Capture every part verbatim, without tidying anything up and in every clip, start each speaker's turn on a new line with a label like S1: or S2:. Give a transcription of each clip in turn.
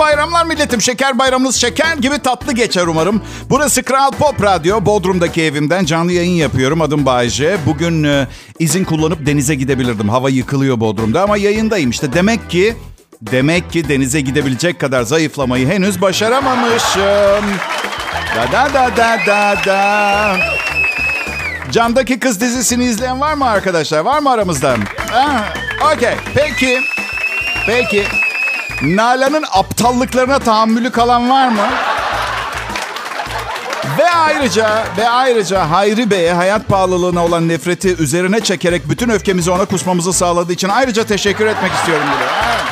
S1: bayramlar milletim. Şeker bayramınız şeker gibi tatlı geçer umarım. Burası Kral Pop Radyo. Bodrum'daki evimden canlı yayın yapıyorum. Adım Bayce. Bugün e, izin kullanıp denize gidebilirdim. Hava yıkılıyor Bodrum'da ama yayındayım işte. Demek ki, demek ki denize gidebilecek kadar zayıflamayı henüz başaramamışım. Da da da da da da. Camdaki Kız dizisini izleyen var mı arkadaşlar? Var mı aramızda? Okey. Peki. Peki. Nalan'ın aptallıklarına tahammülü kalan var mı? Ve ayrıca ve ayrıca Hayri Bey'e hayat pahalılığına olan nefreti üzerine çekerek bütün öfkemizi ona kusmamızı sağladığı için ayrıca teşekkür etmek istiyorum bile.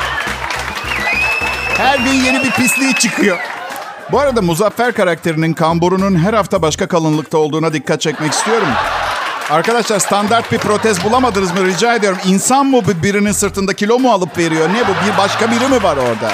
S1: Her gün yeni bir pisliği çıkıyor. Bu arada Muzaffer karakterinin kamburunun her hafta başka kalınlıkta olduğuna dikkat çekmek istiyorum. Arkadaşlar standart bir protez bulamadınız mı rica ediyorum. İnsan mı birinin sırtında kilo mu alıp veriyor? Ne bu? Bir başka biri mi var orada?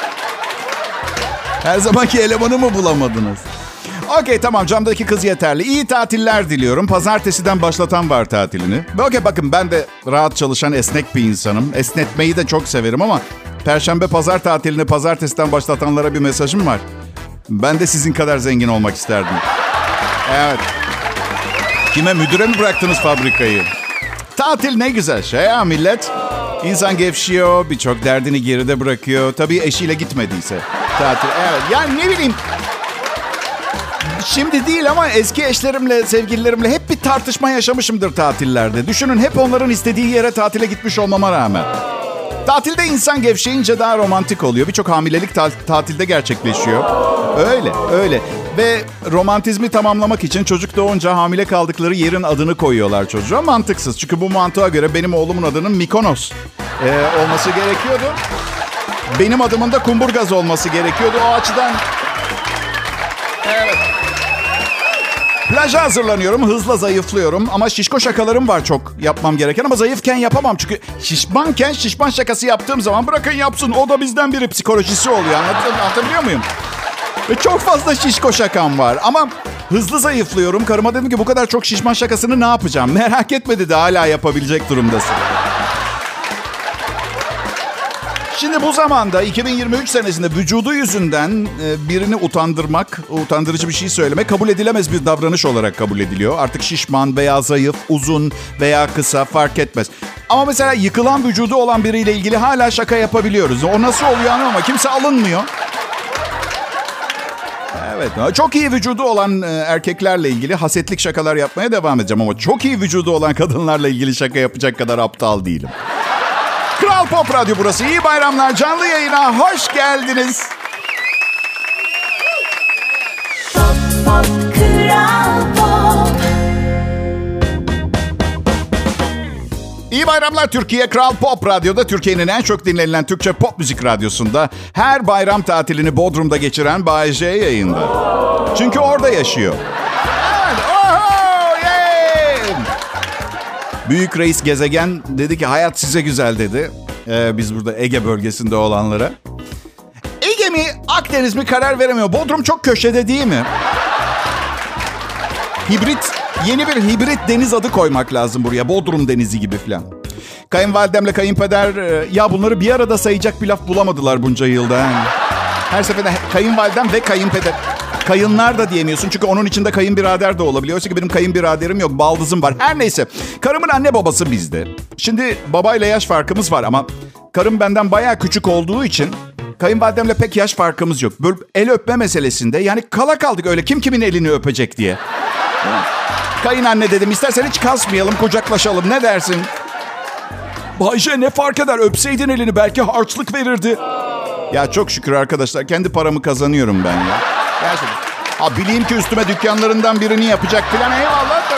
S1: Her zamanki elemanı mı bulamadınız? Okey tamam, camdaki kız yeterli. İyi tatiller diliyorum. Pazartesiden başlatan var tatilini. Okey bakın, ben de rahat çalışan esnek bir insanım. Esnetmeyi de çok severim ama Perşembe pazar tatilini pazartesiden başlatanlara bir mesajım var. Ben de sizin kadar zengin olmak isterdim. Evet. Kime, müdüre mi bıraktınız fabrikayı? Tatil ne güzel şey ya millet. İnsan gevşiyor, birçok derdini geride bırakıyor. Tabii eşiyle gitmediyse. Tatil, evet. Yani ne bileyim. Şimdi değil ama eski eşlerimle, sevgililerimle hep bir tartışma yaşamışımdır tatillerde. Düşünün, hep onların istediği yere tatile gitmiş olmama rağmen. Tatilde insan gevşeyince daha romantik oluyor. Birçok hamilelik ta- tatilde gerçekleşiyor. Öyle, öyle. Ve romantizmi tamamlamak için çocuk doğunca hamile kaldıkları yerin adını koyuyorlar çocuğa. Mantıksız. Çünkü bu mantığa göre benim oğlumun adının Mikonos ee, olması gerekiyordu. Benim adımın da Kumburgaz olması gerekiyordu. O açıdan... Evet. Plaja hazırlanıyorum, hızla zayıflıyorum ama şişko şakalarım var çok yapmam gereken ama zayıfken yapamam. Çünkü şişmanken şişman şakası yaptığım zaman bırakın yapsın, o da bizden biri psikolojisi oluyor. Anlat- anlatabiliyor muyum? Ve çok fazla şişko şakam var ama hızlı zayıflıyorum. Karıma dedim ki bu kadar çok şişman şakasını ne yapacağım? Merak etme dedi, hala yapabilecek durumdasın. Şimdi bu zamanda iki bin yirmi üç senesinde vücudu yüzünden birini utandırmak, utandırıcı bir şey söylemek kabul edilemez bir davranış olarak kabul ediliyor. Artık şişman veya zayıf, uzun veya kısa fark etmez. Ama mesela yıkılan vücudu olan biriyle ilgili hala şaka yapabiliyoruz. O nasıl oluyor ama kimse alınmıyor. Evet, çok iyi vücudu olan erkeklerle ilgili hasetlik şakalar yapmaya devam edeceğim. Ama çok iyi vücudu olan kadınlarla ilgili şaka yapacak kadar aptal değilim. Kral Pop Radyo burası. İyi bayramlar. Canlı yayına hoş geldiniz.
S2: Pop, pop, Kral Pop.
S1: İyi bayramlar Türkiye. Kral Pop Radyo'da, Türkiye'nin en çok dinlenilen Türkçe pop müzik radyosunda her bayram tatilini Bodrum'da geçiren Bay J yayında. Çünkü orada yaşıyor. Evet. Oho, yeah. Büyük Reis Gezegen dedi ki hayat size güzel dedi. Ee, biz burada Ege bölgesinde olanlara. Ege mi, Akdeniz mi karar veremiyor. Bodrum çok köşede değil mi? Hibrit, yeni bir hibrit deniz adı koymak lazım buraya. Bodrum Denizi gibi falan. Kayınvalidemle kayınpeder ya bunları bir arada sayacak bir laf bulamadılar bunca yılda. Yani. Her seferinde kayınvalidem ve kayınpeder. Kayınlar da diyemiyorsun çünkü onun içinde kayınbirader de olabiliyor. Oysa ki benim kayınbiraderim yok, baldızım var. Her neyse, karımın anne babası bizde. Şimdi babayla yaş farkımız var ama karım benden bayağı küçük olduğu için kayınvalidemle pek yaş farkımız yok. Böyle el öpme meselesinde yani kala kaldık öyle, kim kimin elini öpecek diye. Kayınanne dedim, istersen hiç kasmayalım, kucaklaşalım, ne dersin? Bayce ne fark eder, öpseydin elini belki harçlık verirdi. Ya çok şükür arkadaşlar, kendi paramı kazanıyorum ben ya. Gerçekten. Ha bileyim ki üstüme dükkanlarından birini yapacak filan, eyvallah da.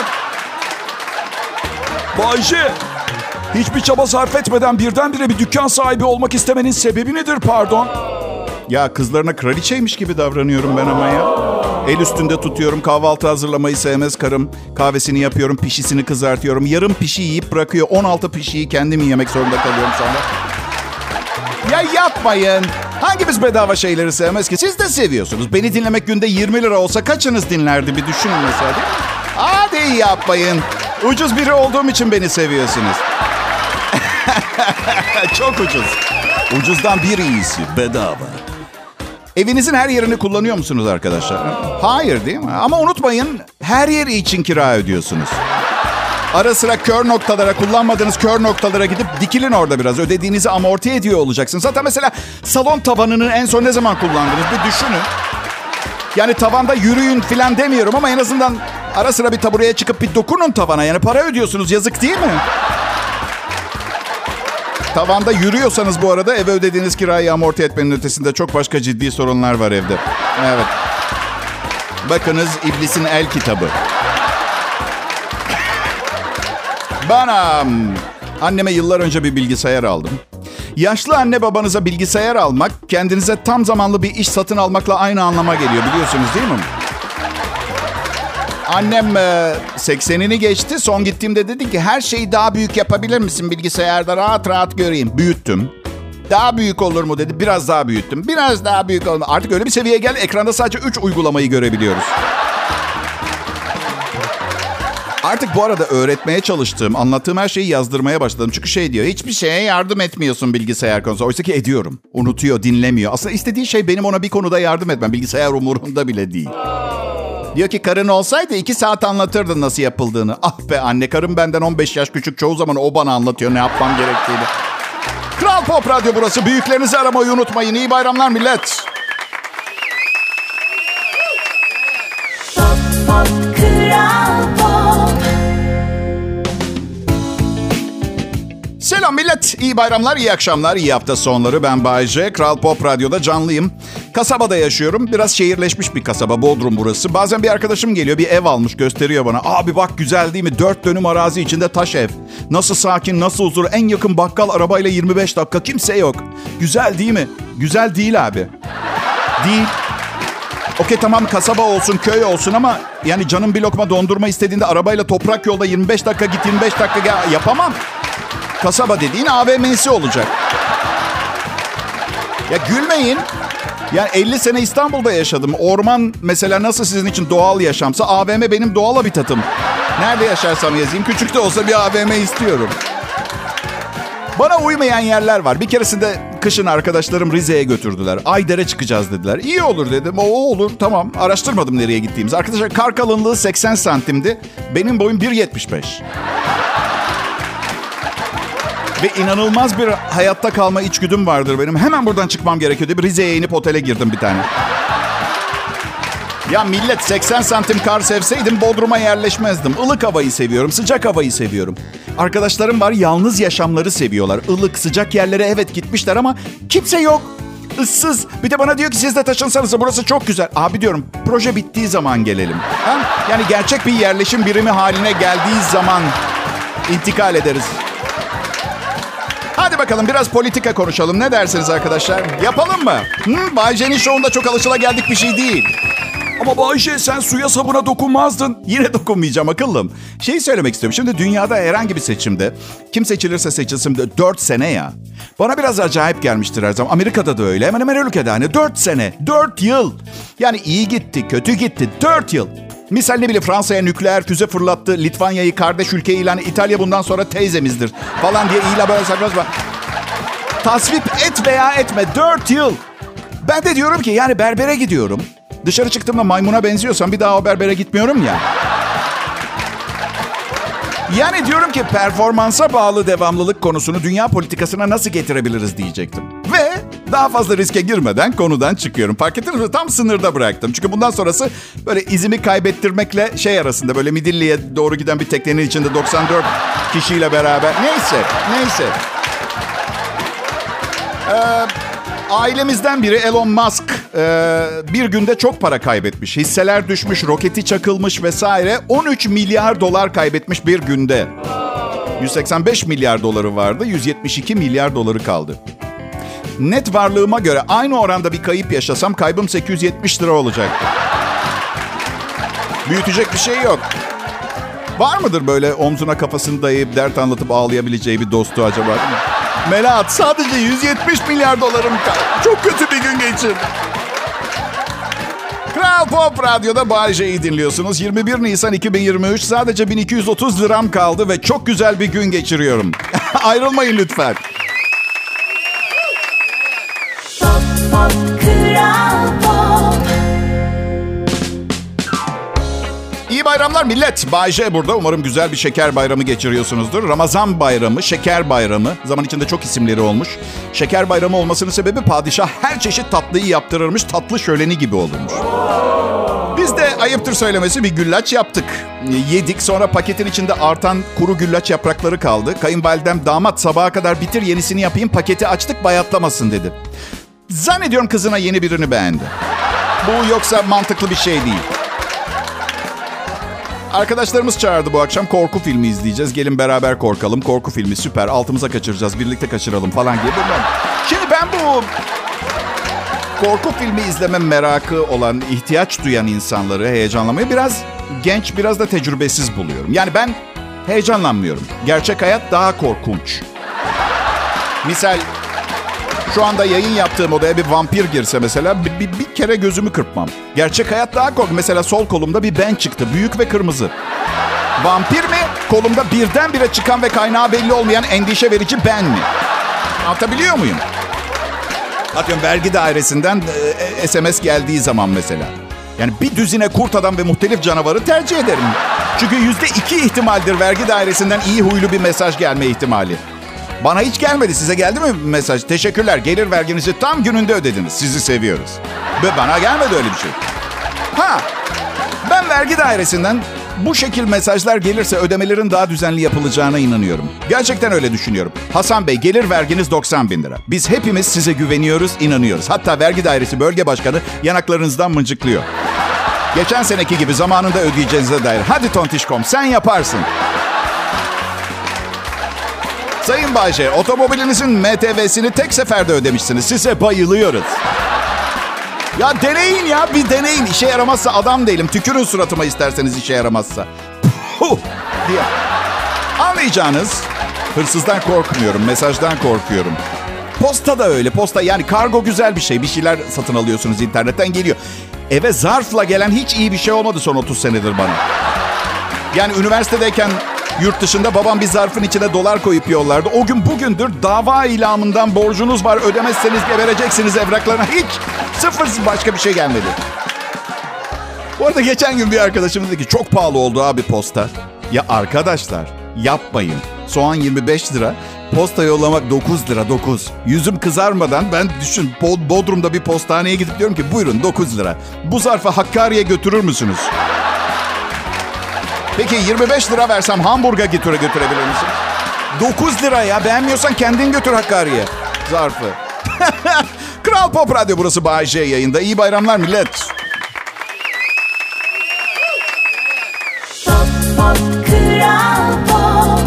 S3: Bayce, hiçbir çaba sarf etmeden birdenbire bir dükkan sahibi olmak istemenin sebebi nedir pardon?
S1: Ya kızlarına kraliçeymiş gibi davranıyorum ben ama ya. El üstünde tutuyorum, kahvaltı hazırlamayı sevmez karım. Kahvesini yapıyorum, pişisini kızartıyorum. Yarım pişi yiyip bırakıyor, on altı pişiyi kendim yemek zorunda kalıyorum sonra. Ya yapmayın. Hangimiz bedava şeyleri sevmez ki? Siz de seviyorsunuz. Beni dinlemek günde yirmi lira olsa kaçınız dinlerdi bir düşünün mesela, değil mi? Hadi yapmayın. Ucuz biri olduğum için beni seviyorsunuz. Çok ucuz. Ucuzdan bir iyisi bedava. Evinizin her yerini kullanıyor musunuz arkadaşlar? Hayır değil mi? Ama unutmayın, her yeri için kira ödüyorsunuz. Ara sıra kör noktalara, kullanmadığınız kör noktalara gidip dikilin orada biraz. Ödediğinizi amorti ediyor olacaksınız. Zaten mesela salon tavanını en son ne zaman kullandınız? Bir düşünün. Yani tavanda yürüyün falan demiyorum ama en azından ara sıra bir tabureye çıkıp bir dokunun tavana. Yani para ödüyorsunuz, yazık değil mi? Tavanda yürüyorsanız bu arada eve ödediğiniz kirayı amorti etmenin ötesinde çok başka ciddi sorunlar var evde. Evet. Bakınız iblisin el kitabı. Ben um, anneme yıllar önce bir bilgisayar aldım. Yaşlı anne babanıza bilgisayar almak, kendinize tam zamanlı bir iş satın almakla aynı anlama geliyor, biliyorsunuz değil mi? Annem e, seksenini geçti. Son gittiğimde dedi ki her şeyi daha büyük yapabilir misin bilgisayarda, rahat rahat göreyim. Büyüttüm. Daha büyük olur mu dedi. Biraz daha büyüttüm. Biraz daha büyük olur mu? Artık öyle bir seviyeye geldi. Ekranda sadece üç uygulamayı görebiliyoruz. Artık bu arada öğretmeye çalıştığım, anlattığım her şeyi yazdırmaya başladım. Çünkü şey diyor, hiçbir şeye yardım etmiyorsun bilgisayar konusunda. Oysa ki ediyorum. Unutuyor, dinlemiyor. Aslında istediği şey benim ona bir konuda yardım etmem. Bilgisayar umurunda bile değil. Diyor ki karın olsaydı iki saat anlatırdın nasıl yapıldığını. Ah be anne, karım benden on beş yaş küçük. Çoğu zaman o bana anlatıyor ne yapmam gerektiğini. Kral Pop Radyo burası. Büyüklerinizi aramayı unutmayın. İyi bayramlar millet.
S2: Pop, pop, Kral Pop.
S1: Selam millet. İyi bayramlar, iyi akşamlar, iyi hafta sonları. Ben Bay J. Kral Pop Radyo'da canlıyım. Kasabada yaşıyorum. Biraz şehirleşmiş bir kasaba. Bodrum burası. Bazen bir arkadaşım geliyor. Bir ev almış, gösteriyor bana. Abi bak güzel değil mi? Dört dönüm arazi içinde taş ev. Nasıl sakin, nasıl huzur. En yakın bakkal arabayla yirmi beş dakika. Kimse yok. Güzel değil mi? Güzel değil abi. Değil. Okey tamam, kasaba olsun, köy olsun ama yani canım bir lokma dondurma istediğinde arabayla toprak yolda yirmi beş dakika git, yirmi beş dakika gel. Yapamam. Kasaba dediğin A V M'si olacak. Ya gülmeyin. Yani elli sene İstanbul'da yaşadım. Orman mesela nasıl sizin için doğal yaşamsa, A V M benim doğal habitatım. Nerede yaşarsam yazayım, küçük de olsa bir A V M istiyorum. Bana uymayan yerler var. Bir keresinde kışın arkadaşlarım Rize'ye götürdüler. Ayder'e çıkacağız dediler. İyi olur dedim. O olur tamam. Araştırmadım nereye gittiğimizi. Arkadaşlar kar kalınlığı seksen santimdi. Benim boyum bir yetmiş beş. Ve inanılmaz bir hayatta kalma içgüdüm vardır benim. Hemen buradan çıkmam gerekiyordu. Bir Rize'ye inip otele girdim bir tane. Ya millet, seksen santim kar sevseydim Bodrum'a yerleşmezdim. Ilık havayı seviyorum, sıcak havayı seviyorum. Arkadaşlarım var, yalnız yaşamları seviyorlar. Ilık, sıcak yerlere evet gitmişler ama kimse yok. Issız. Bir de bana diyor ki siz de taşınsanız, burası çok güzel. Abi diyorum, proje bittiği zaman gelelim. Ha? Yani gerçek bir yerleşim birimi haline geldiği zaman intikal ederiz. Hadi bakalım biraz politika konuşalım. Ne dersiniz arkadaşlar? Yapalım mı? Hı? Bay J'nin şovunda çok alışılageldik bir şey değil.
S3: Ama Bay J, sen suya sabuna dokunmazdın.
S1: Yine dokunmayacağım akıllım. Şeyi söylemek istiyorum. Şimdi dünyada herhangi bir seçimde, kim seçilirse seçilsin de dört sene ya. Bana biraz acayip gelmiştir her zaman. Amerika'da da öyle. Hemen hemen her ülkede hani dört sene, dört yıl. Yani iyi gitti, kötü gitti. Dört yıl. Misal ne bileyim, Fransa'ya nükleer füze fırlattı. Litvanya'yı kardeş ülke ilan. İtalya bundan sonra teyzemizdir falan diye ilan böyle saçma sapan. Tasvip et veya etme. Dört yıl. Ben de diyorum ki yani berbere gidiyorum. Dışarı çıktığımda maymuna benziyorsam bir daha o berbere gitmiyorum ya. Yani diyorum ki performansa bağlı devamlılık konusunu dünya politikasına nasıl getirebiliriz diyecektim. Ve daha fazla riske girmeden konudan çıkıyorum. Fark ettiniz mi? Tam sınırda bıraktım. Çünkü bundan sonrası böyle izimi kaybettirmekle şey arasında, böyle Midilli'ye doğru giden bir teknenin içinde doksan dört kişiyle beraber. Neyse, neyse. Ee, ailemizden biri Elon Musk e, bir günde çok para kaybetmiş. Hisseler düşmüş, roketi çakılmış vesaire. on üç milyar dolar kaybetmiş bir günde. yüz seksen beş milyar doları vardı, yüz yetmiş iki milyar doları kaldı. Net varlığıma göre aynı oranda bir kayıp yaşasam kaybım sekiz yüz yetmiş lira olacaktı. Büyütecek bir şey yok. Var mıdır böyle omzuna kafasını dayayıp dert anlatıp ağlayabileceği bir dostu acaba? Melahat, sadece yüz yetmiş milyar dolarım kaldı. Çok kötü bir gün geçirdim. Kral Pop Radyo'da Bay J'yi dinliyorsunuz. yirmi bir Nisan iki bin yirmi üç, sadece bin iki yüz otuz liram kaldı ve çok güzel bir gün geçiriyorum. Ayrılmayın lütfen.
S2: Pop, pop, Kral
S1: İyi bayramlar millet. Bay J burada. Umarım güzel bir şeker bayramı geçiriyorsunuzdur. Ramazan bayramı, şeker bayramı. Zaman içinde çok isimleri olmuş. Şeker bayramı olmasının sebebi padişah her çeşit tatlıyı yaptırırmış. Tatlı şöleni gibi olurmuş. Biz de ayıptır söylemesi bir güllaç yaptık. Yedik, sonra paketin içinde artan kuru güllaç yaprakları kaldı. Kayınvalidem damat sabaha kadar bitir yenisini yapayım, paketi açtık bayatlamasın dedi. Zannediyorum kızına yeni birini beğendi. Bu yoksa mantıklı bir şey değil. Arkadaşlarımız çağırdı bu akşam. Korku filmi izleyeceğiz. Gelin beraber korkalım. Korku filmi süper. Altımıza kaçıracağız. Birlikte kaçıralım falan gibi. Şimdi ben bu korku filmi izleme merakı olan, ihtiyaç duyan insanları heyecanlamayı biraz genç, biraz da tecrübesiz buluyorum. Yani ben heyecanlanmıyorum. Gerçek hayat daha korkunç. Misal şu anda yayın yaptığım odaya bir vampir girse mesela bir, bir, bir kere gözümü kırpmam. Gerçek hayat daha korkunç. Mesela sol kolumda bir ben çıktı. Büyük ve kırmızı. Vampir mi? Kolumda birdenbire çıkan ve kaynağı belli olmayan endişe verici ben mi? Anlatabiliyor muyum? Atıyorum vergi dairesinden e, S M S geldiği zaman mesela. Yani bir düzine kurt adam ve muhtelif canavarı tercih ederim. Çünkü yüzde iki ihtimaldir vergi dairesinden iyi huylu bir mesaj gelme ihtimali. Bana hiç gelmedi. Size geldi mi mesaj? Teşekkürler. Gelir verginizi tam gününde ödediniz. Sizi seviyoruz. Ve bana gelmedi öyle bir şey. Ha, ben vergi dairesinden bu şekil mesajlar gelirse ödemelerin daha düzenli yapılacağına inanıyorum. Gerçekten öyle düşünüyorum. Hasan Bey, gelir verginiz doksan bin lira. Biz hepimiz size güveniyoruz, inanıyoruz. Hatta vergi dairesi bölge başkanı yanaklarınızdan mıncıklıyor. Geçen seneki gibi zamanında ödeyeceğinize dair. Hadi tontişkom, sen yaparsın. Sayın Bayce, otomobilinizin M T V'sini tek seferde ödemişsiniz. Size bayılıyoruz. Ya deneyin ya, bir deneyin. İşe yaramazsa adam değilim. Tükürün suratıma isterseniz işe yaramazsa. Puh diye. Anlayacağınız, hırsızdan korkmuyorum, mesajdan korkuyorum. Posta da öyle, posta yani kargo güzel bir şey. Bir şeyler satın alıyorsunuz, internetten geliyor. Eve zarfla gelen hiç iyi bir şey olmadı son otuz senedir bana. Yani üniversitedeyken yurt dışında babam bir zarfın içine dolar koyup yollardı. O gün bugündür dava ilamından borcunuz var. Ödemezseniz gebereceksiniz evraklarına. Hiç sıfır başka bir şey gelmedi. Bu arada geçen gün bir arkadaşım dedi ki çok pahalı oldu abi posta. Ya arkadaşlar yapmayın. Soğan yirmi beş lira. Posta yollamak dokuz lira dokuz. Yüzüm kızarmadan ben düşün Bodrum'da bir postaneye gidip diyorum ki buyurun dokuz lira. Bu zarfı Hakkari'ye götürür müsünüz? Peki yirmi beş lira versem Hamburg'a götüre götürebilir misin? dokuz lira ya. Beğenmiyorsan kendin götür Hakkari'ye zarfı. Kral Pop Radyo burası, Bay J yayında. İyi bayramlar millet.
S2: Pop, pop, Kral Pop.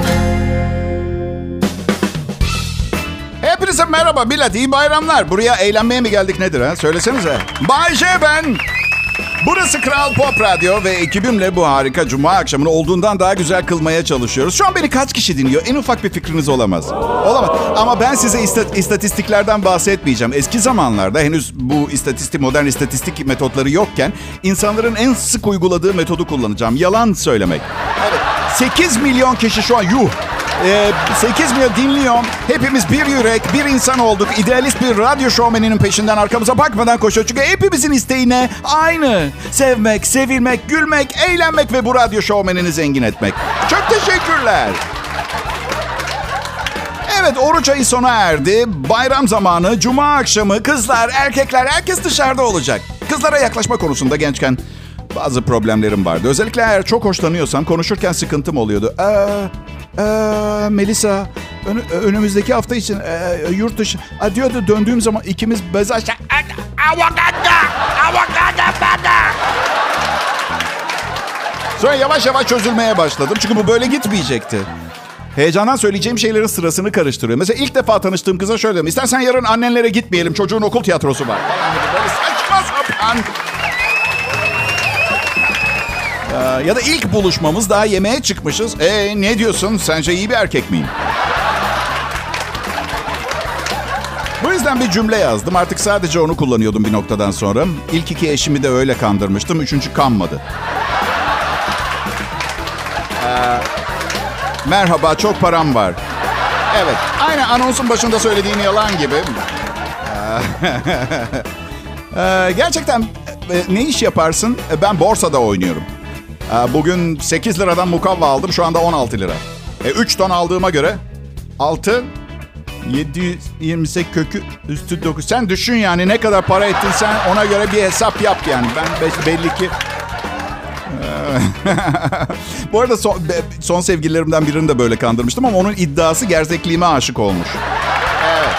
S1: Hepinize merhaba millet. İyi bayramlar. Buraya eğlenmeye mi geldik nedir ha? Söylesenize. Bay J ben. Burası Kral Pop Radyo ve ekibimle bu harika cuma akşamını olduğundan daha güzel kılmaya çalışıyoruz. Şu an beni kaç kişi dinliyor? En ufak bir fikriniz olamaz. Olamaz. Ama ben size istat- istatistiklerden bahsetmeyeceğim. Eski zamanlarda henüz bu istatistik, modern istatistik metotları yokken insanların en sık uyguladığı metodu kullanacağım. Yalan söylemek. Evet. sekiz milyon kişi şu an yuh. Ee, sekiz milyon dinliyor. Hepimiz bir yürek, bir insan olduk. İdealist bir radyo şovmeninin peşinden arkamıza bakmadan koşuyor. Çünkü hepimizin isteği ne? Aynı. Sevmek, sevilmek, gülmek, eğlenmek ve bu radyo şovmenini zengin etmek. Çok teşekkürler. Evet, oruç ayı sona erdi. Bayram zamanı, cuma akşamı kızlar, erkekler, herkes dışarıda olacak. Kızlara yaklaşma konusunda gençken bazı problemlerim vardı. Özellikle eğer çok hoşlanıyorsam konuşurken sıkıntım oluyordu. Eee... Ee, Melisa ön, önümüzdeki hafta için e, yurt dışı a, diyordu, döndüğüm zaman ikimiz bez aşağı avokado avokado bana. Sonra yavaş yavaş çözülmeye başladım çünkü bu böyle gitmeyecekti. Heyecandan söyleyeceğim şeylerin sırasını karıştırıyor. Mesela ilk defa tanıştığım kıza şöyle dedim: İstersen yarın annenlere gitmeyelim, çocuğun okul tiyatrosu var. Böyle saçma sapan. Ya da ilk buluşmamız, daha yemeğe çıkmışız. E ne diyorsun? Sence iyi bir erkek miyim? Bu yüzden bir cümle yazdım. Artık sadece onu kullanıyordum bir noktadan sonra. İlk iki eşimi de öyle kandırmıştım. Üçüncü kanmadı. Ee, merhaba, çok param var. Evet, aynı anonsun başında söylediğim yalan gibi. Ee, gerçekten ne iş yaparsın? Ben borsada oynuyorum. Bugün sekiz liradan mukavva aldım. Şu anda on altı lira. E, üç ton aldığıma göre altı, yedi yüz yirmi sekiz kökü üstü dokuz. Sen düşün yani ne kadar para ettin sen, ona göre bir hesap yap yani. Ben belli ki... Bu arada son, son sevgililerimden birini de böyle kandırmıştım ama onun iddiası gerçekliğime aşık olmuş. Evet.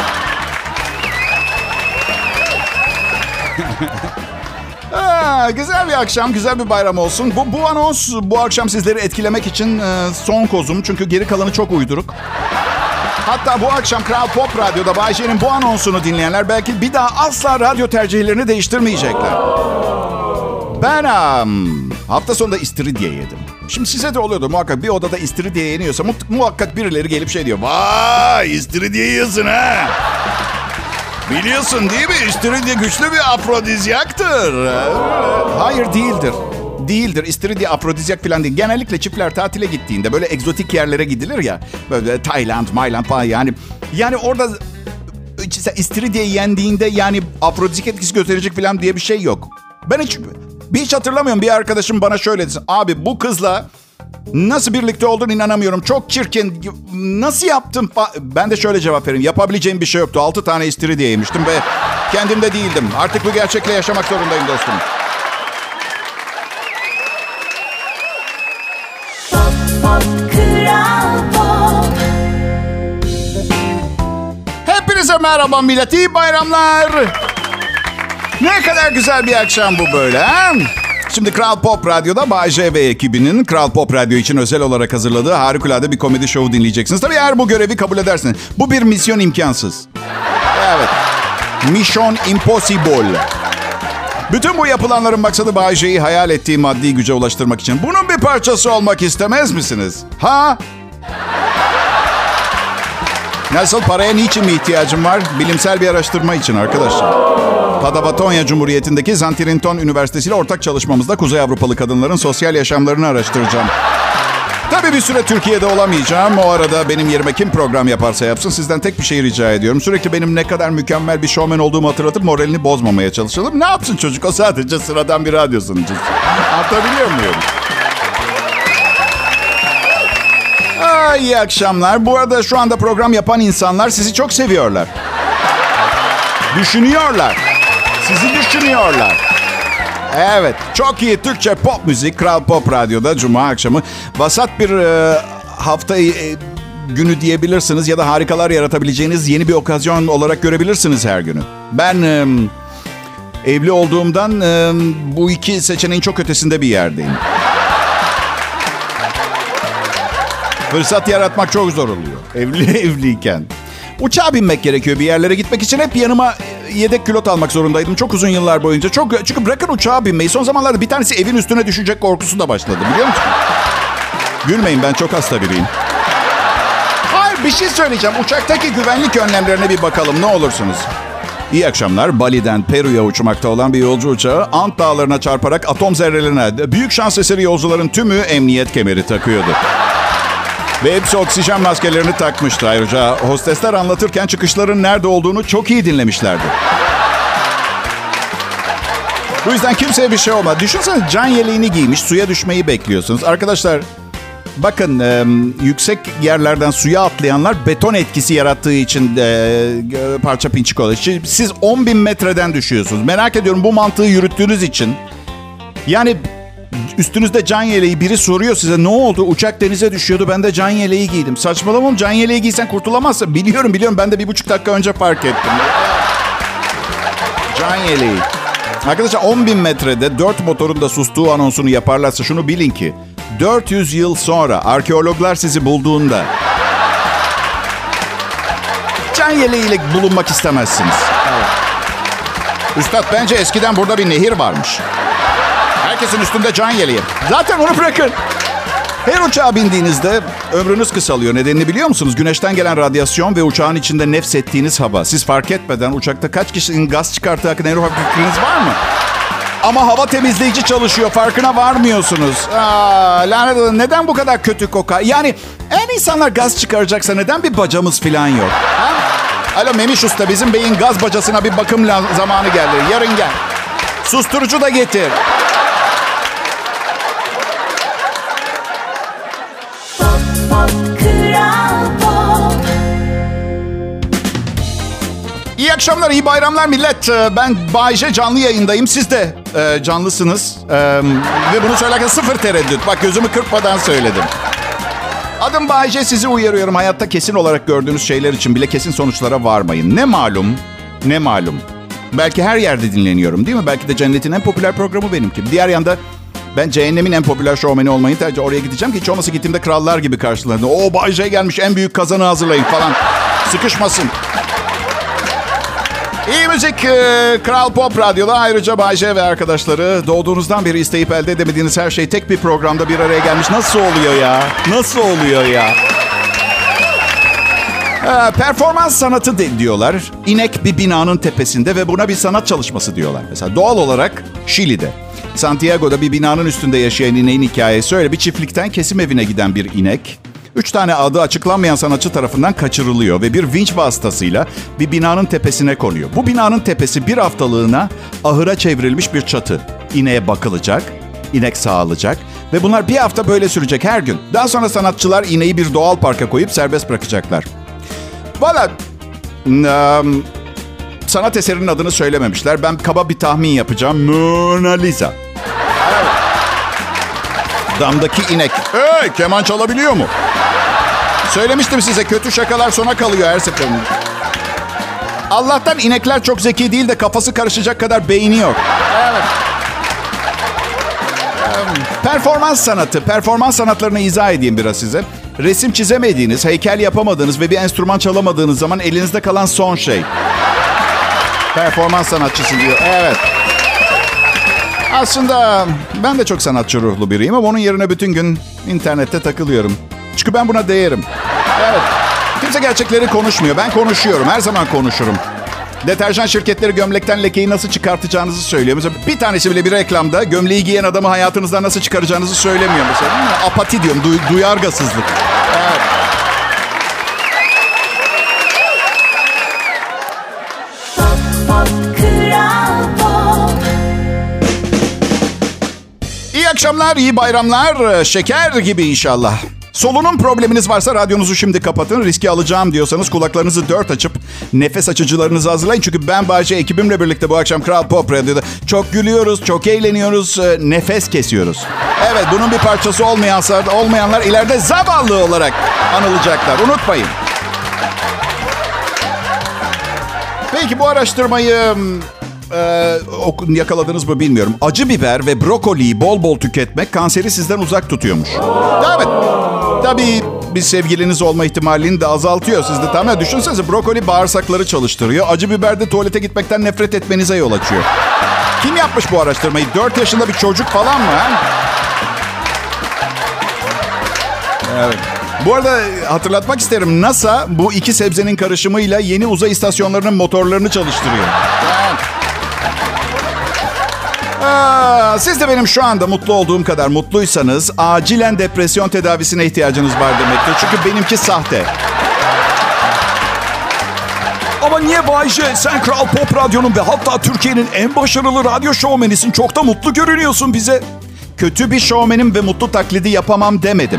S1: Aa, güzel bir akşam, güzel bir bayram olsun. Bu, bu anons bu akşam sizleri etkilemek için e, son kozum. Çünkü geri kalanı çok uyduruk. Hatta bu akşam Kral Pop Radyo'da Bay J'nin bu anonsunu dinleyenler belki bir daha asla radyo tercihlerini değiştirmeyecekler. Ben um, hafta sonunda istiridye yedim. Şimdi size de oluyordu muhakkak, bir odada istiridye yeniyorsa mu- muhakkak birileri gelip şey diyor. Vay, istiridye yiyorsun ha. Biliyorsun değil mi? İstiridye güçlü bir afrodizyaktır. Hayır, değildir. Değildir. İstiridye afrodizyak falan değil. Genellikle çiftler tatile gittiğinde böyle egzotik yerlere gidilir ya. Böyle Tayland, Mayland falan yani. Yani orada istiridye yendiğinde yani afrodizyak etkisi gösterecek falan diye bir şey yok. Ben hiç, hiç hatırlamıyorum bir arkadaşım bana şöyle desin. Abi bu kızla nasıl birlikte olduğunu inanamıyorum. Çok çirkin. Nasıl yaptın? Ben de şöyle cevap vereyim. Yapabileceğim bir şey yoktu. Altı tane istiridye yemiştim ve kendimde değildim. Artık bu gerçekle yaşamak zorundayım dostum. Hepinize merhaba millet. İyi bayramlar. Ne kadar güzel bir akşam bu böyle ha? Şimdi Kral Pop Radyo'da Bay J ve ekibinin Kral Pop Radyo için özel olarak hazırladığı harikulade bir komedi şovu dinleyeceksiniz. Tabii eğer bu görevi kabul edersiniz. Bu bir misyon imkansız. Evet. Mission Impossible. Bütün bu yapılanların maksadı Bay J'yi hayal ettiği maddi güce ulaştırmak için. Bunun bir parçası olmak istemez misiniz? Ha? Nasıl, paraya niçin mi ihtiyacım var? Bilimsel bir araştırma için arkadaşlar. Padavatonya Cumhuriyeti'ndeki Zantirinton Üniversitesi ile ortak çalışmamızda Kuzey Avrupalı kadınların sosyal yaşamlarını araştıracağım. Tabii bir süre Türkiye'de olamayacağım. O arada benim yerime kim program yaparsa yapsın sizden tek bir şey rica ediyorum. Sürekli benim ne kadar mükemmel bir şovmen olduğumu hatırlatıp moralini bozmamaya çalışalım. Ne yapsın çocuk? O sadece sıradan bir radyo sunucusu. Anlatabiliyor muyum? Aa, iyi akşamlar. Bu arada şu anda program yapan insanlar sizi çok seviyorlar. Düşünüyorlar. Sizi düşünüyorlar. Evet, çok iyi Türkçe pop müzik Kral Pop Radyo'da Cuma akşamı. Vasat bir e, hafta e, günü diyebilirsiniz ya da harikalar yaratabileceğiniz yeni bir okazyon olarak görebilirsiniz her günü. Ben e, evli olduğumdan e, bu iki seçeneğin çok ötesinde bir yerdeyim. Fırsat yaratmak çok zor oluyor evli evliyken. Uçağa binmek gerekiyor bir yerlere gitmek için. Hep yanıma yedek külot almak zorundaydım çok uzun yıllar boyunca. Çok, çünkü bırakın uçağa binmeyi, son zamanlarda bir tanesi evin üstüne düşecek korkusu da başladı, biliyor musun? Gülmeyin, ben çok hasta biriyim. Hayır, bir şey söyleyeceğim. Uçaktaki güvenlik önlemlerine bir bakalım ne olursunuz. İyi akşamlar. Bali'den Peru'ya uçmakta olan bir yolcu uçağı Ant Dağları'na çarparak atom zerrelerine, büyük şans eseri yolcuların tümü emniyet kemeri takıyordu. Ve hepsi oksijen maskelerini takmıştı. Ayrıca hostesler anlatırken çıkışların nerede olduğunu çok iyi dinlemişlerdi. Bu yüzden kimseye bir şey olmadı. Düşünsene, can yeleğini giymiş, suya düşmeyi bekliyorsunuz. Arkadaşlar bakın, e, yüksek yerlerden suya atlayanlar beton etkisi yarattığı için e, parça pinçik oluyor. Siz on bin metreden düşüyorsunuz. Merak ediyorum, bu mantığı yürüttüğünüz için. Yani üstünüzde can yeleği, biri soruyor size ne oldu? Uçak denize düşüyordu, ben de can yeleği giydim. Saçmalamam, can yeleği giysen kurtulamazsın. Biliyorum biliyorum, ben de bir buçuk dakika önce fark ettim. Can yeleği. Arkadaşlar on bin metrede dört motorun da sustuğu anonsunu yaparlarsa şunu bilin ki dört yüz yıl sonra arkeologlar sizi bulduğunda can yeleğiyle bulunmak istemezsiniz. Evet. Üstad, bence eskiden burada bir nehir varmış. Herkesin üstünde can yeleği. Zaten onu bırakın. Her uçağa bindiğinizde ömrünüz kısalıyor. Nedenini biliyor musunuz? Güneşten gelen radyasyon ve uçağın içinde nefsettiğiniz hava. Siz fark etmeden uçakta kaç kişinin gaz çıkarttığı hakkında en ufak fikriniz var mı? Ama hava temizleyici çalışıyor. Farkına varmıyorsunuz. Aa, lanet olsun. Neden bu kadar kötü kokar? Yani en insanlar gaz çıkaracaksa neden bir bacamız falan yok? Ha? Alo Memiş Usta, bizim beyin gaz bacasına bir bakım zamanı geldi. Yarın gel. Susturucu da getir.
S2: pop, Kral Pop.
S1: İyi akşamlar, iyi bayramlar millet. Ben Bay J, canlı yayındayım. Siz de e, canlısınız. E, ve bunu söylerken sıfır tereddüt. Bak, gözümü kırpmadan söyledim. Adım Bay J, sizi uyarıyorum. Hayatta kesin olarak gördüğünüz şeyler için bile kesin sonuçlara varmayın. Ne malum, ne malum. Belki her yerde dinleniyorum, değil mi? Belki de cennetin en popüler programı benimki. Diğer yanda ben cehennemin en popüler şovmeni olmayı tercih oraya gideceğim ki hiç olmasa gittiğimde krallar gibi karşılarında. O Bay J gelmiş, en büyük kazanı hazırlayın falan. Sıkışmasın. İyi müzik, e, Kral Pop Radyo'da. Ayrıca Bay J ve arkadaşları doğduğunuzdan beri isteyip elde edemediğiniz her şey tek bir programda bir araya gelmiş. Nasıl oluyor ya? Nasıl oluyor ya? E, performans sanatı de, diyorlar. İnek bir binanın tepesinde ve buna bir sanat çalışması diyorlar. Mesela doğal olarak Şili'de, Santiago'da bir binanın üstünde yaşayan ineğin hikayesi öyle. Bir çiftlikten kesim evine giden bir inek, üç tane adı açıklanmayan sanatçı tarafından kaçırılıyor ve bir vinç vasıtasıyla bir binanın tepesine konuyor. Bu binanın tepesi bir haftalığına ahıra çevrilmiş bir çatı. İneğe bakılacak, inek sağılacak ve bunlar bir hafta böyle sürecek her gün. Daha sonra sanatçılar ineği bir doğal parka koyup serbest bırakacaklar. Valla um, sanat eserinin adını söylememişler. Ben kaba bir tahmin yapacağım. Mona Lisa. Evet. Damdaki inek. Hey, keman çalabiliyor mu? Söylemiştim size, kötü şakalar sona kalıyor her seferinde. Allah'tan inekler çok zeki değil de kafası karışacak kadar beyni yok. Evet. Performans sanatı. Performans sanatlarını izah edeyim biraz size. Resim çizemediğiniz, heykel yapamadığınız ve bir enstrüman çalamadığınız zaman elinizde kalan son şey. Performans sanatçısı diyor. Evet. Aslında ben de çok sanatçı ruhlu biriyim ama onun yerine bütün gün internette takılıyorum. Çünkü ben buna değerim. Evet. Kimse gerçekleri konuşmuyor. Ben konuşuyorum. Her zaman konuşurum. Deterjan şirketleri gömlekten lekeyi nasıl çıkartacağınızı söylüyor. Mesela bir tanesi bile bir reklamda gömleği giyen adamı hayatınızdan nasıl çıkaracağınızı söylemiyor mesela. Değil mi? Apati diyorum. Du- duyargasızlık. Evet.
S2: Pop, pop, Kral Pop.
S1: İyi akşamlar, iyi bayramlar. Şeker gibi inşallah. Solunum probleminiz varsa radyonuzu şimdi kapatın. Riski alacağım diyorsanız kulaklarınızı dört açıp nefes açıcılarınızı hazırlayın. Çünkü ben Bayce ekibimle birlikte bu akşam Kral Pop Radyo'da çok gülüyoruz, çok eğleniyoruz, nefes kesiyoruz. Evet, bunun bir parçası olmayanlar, olmayanlar ileride zavallı olarak anılacaklar. Unutmayın. Peki bu araştırmayı e, yakaladınız mı bilmiyorum. Acı biber ve brokoliyi bol bol tüketmek kanseri sizden uzak tutuyormuş. Evet. Tabii bir sevgiliniz olma ihtimalini de azaltıyor. Siz de tamamen düşünsenize, brokoli bağırsakları çalıştırıyor. Acı biber de tuvalete gitmekten nefret etmenize yol açıyor. Kim yapmış bu araştırmayı? dört yaşında bir çocuk falan mı? He? Evet. Bu arada hatırlatmak isterim. NASA bu iki sebzenin karışımıyla yeni uzay istasyonlarının motorlarını çalıştırıyor. Evet. Aa, siz de benim şu anda mutlu olduğum kadar mutluysanız acilen depresyon tedavisine ihtiyacınız var demektir. Çünkü benimki sahte.
S3: Ama niye Bay J? Sen Kral Pop Radyo'nun ve hatta Türkiye'nin en başarılı radyo şovmenisin. Çok da mutlu görünüyorsun bize.
S1: Kötü bir şovmenim ve mutlu taklidi yapamam demedim.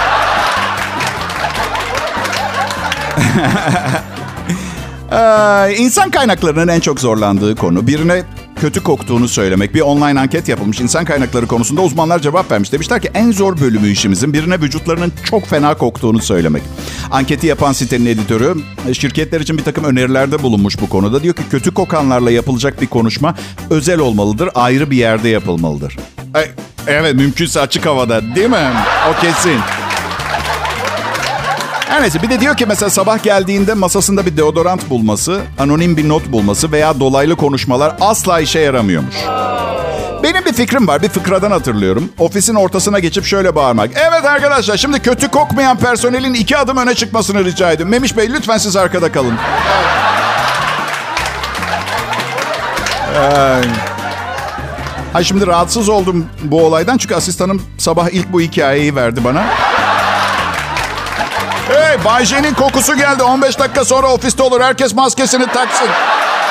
S1: Ee, insan kaynaklarının en çok zorlandığı konu. Birine kötü koktuğunu söylemek. Bir online anket yapılmış. İnsan kaynakları konusunda uzmanlar cevap vermiş. Demişler ki en zor bölümü işimizin birine vücutlarının çok fena koktuğunu söylemek. Anketi yapan sitenin editörü şirketler için bir takım önerilerde bulunmuş bu konuda. Diyor ki kötü kokanlarla yapılacak bir konuşma özel olmalıdır. Ayrı bir yerde yapılmalıdır. Evet, mümkünse açık havada, değil mi? O kesin. Her neyse, bir de diyor ki mesela sabah geldiğinde masasında bir deodorant bulması, anonim bir not bulması veya dolaylı konuşmalar asla işe yaramıyormuş. Benim bir fikrim var, bir fıkradan hatırlıyorum. Ofisin ortasına geçip şöyle bağırmak. Evet arkadaşlar, şimdi kötü kokmayan personelin iki adım öne çıkmasını rica ediyorum. Memiş Bey, lütfen siz arkada kalın. Ay. Ay şimdi rahatsız oldum bu olaydan çünkü asistanım sabah ilk bu hikayeyi verdi bana. Hey, Bay J'nin kokusu geldi. on beş dakika sonra ofiste olur. Herkes maskesini taksın.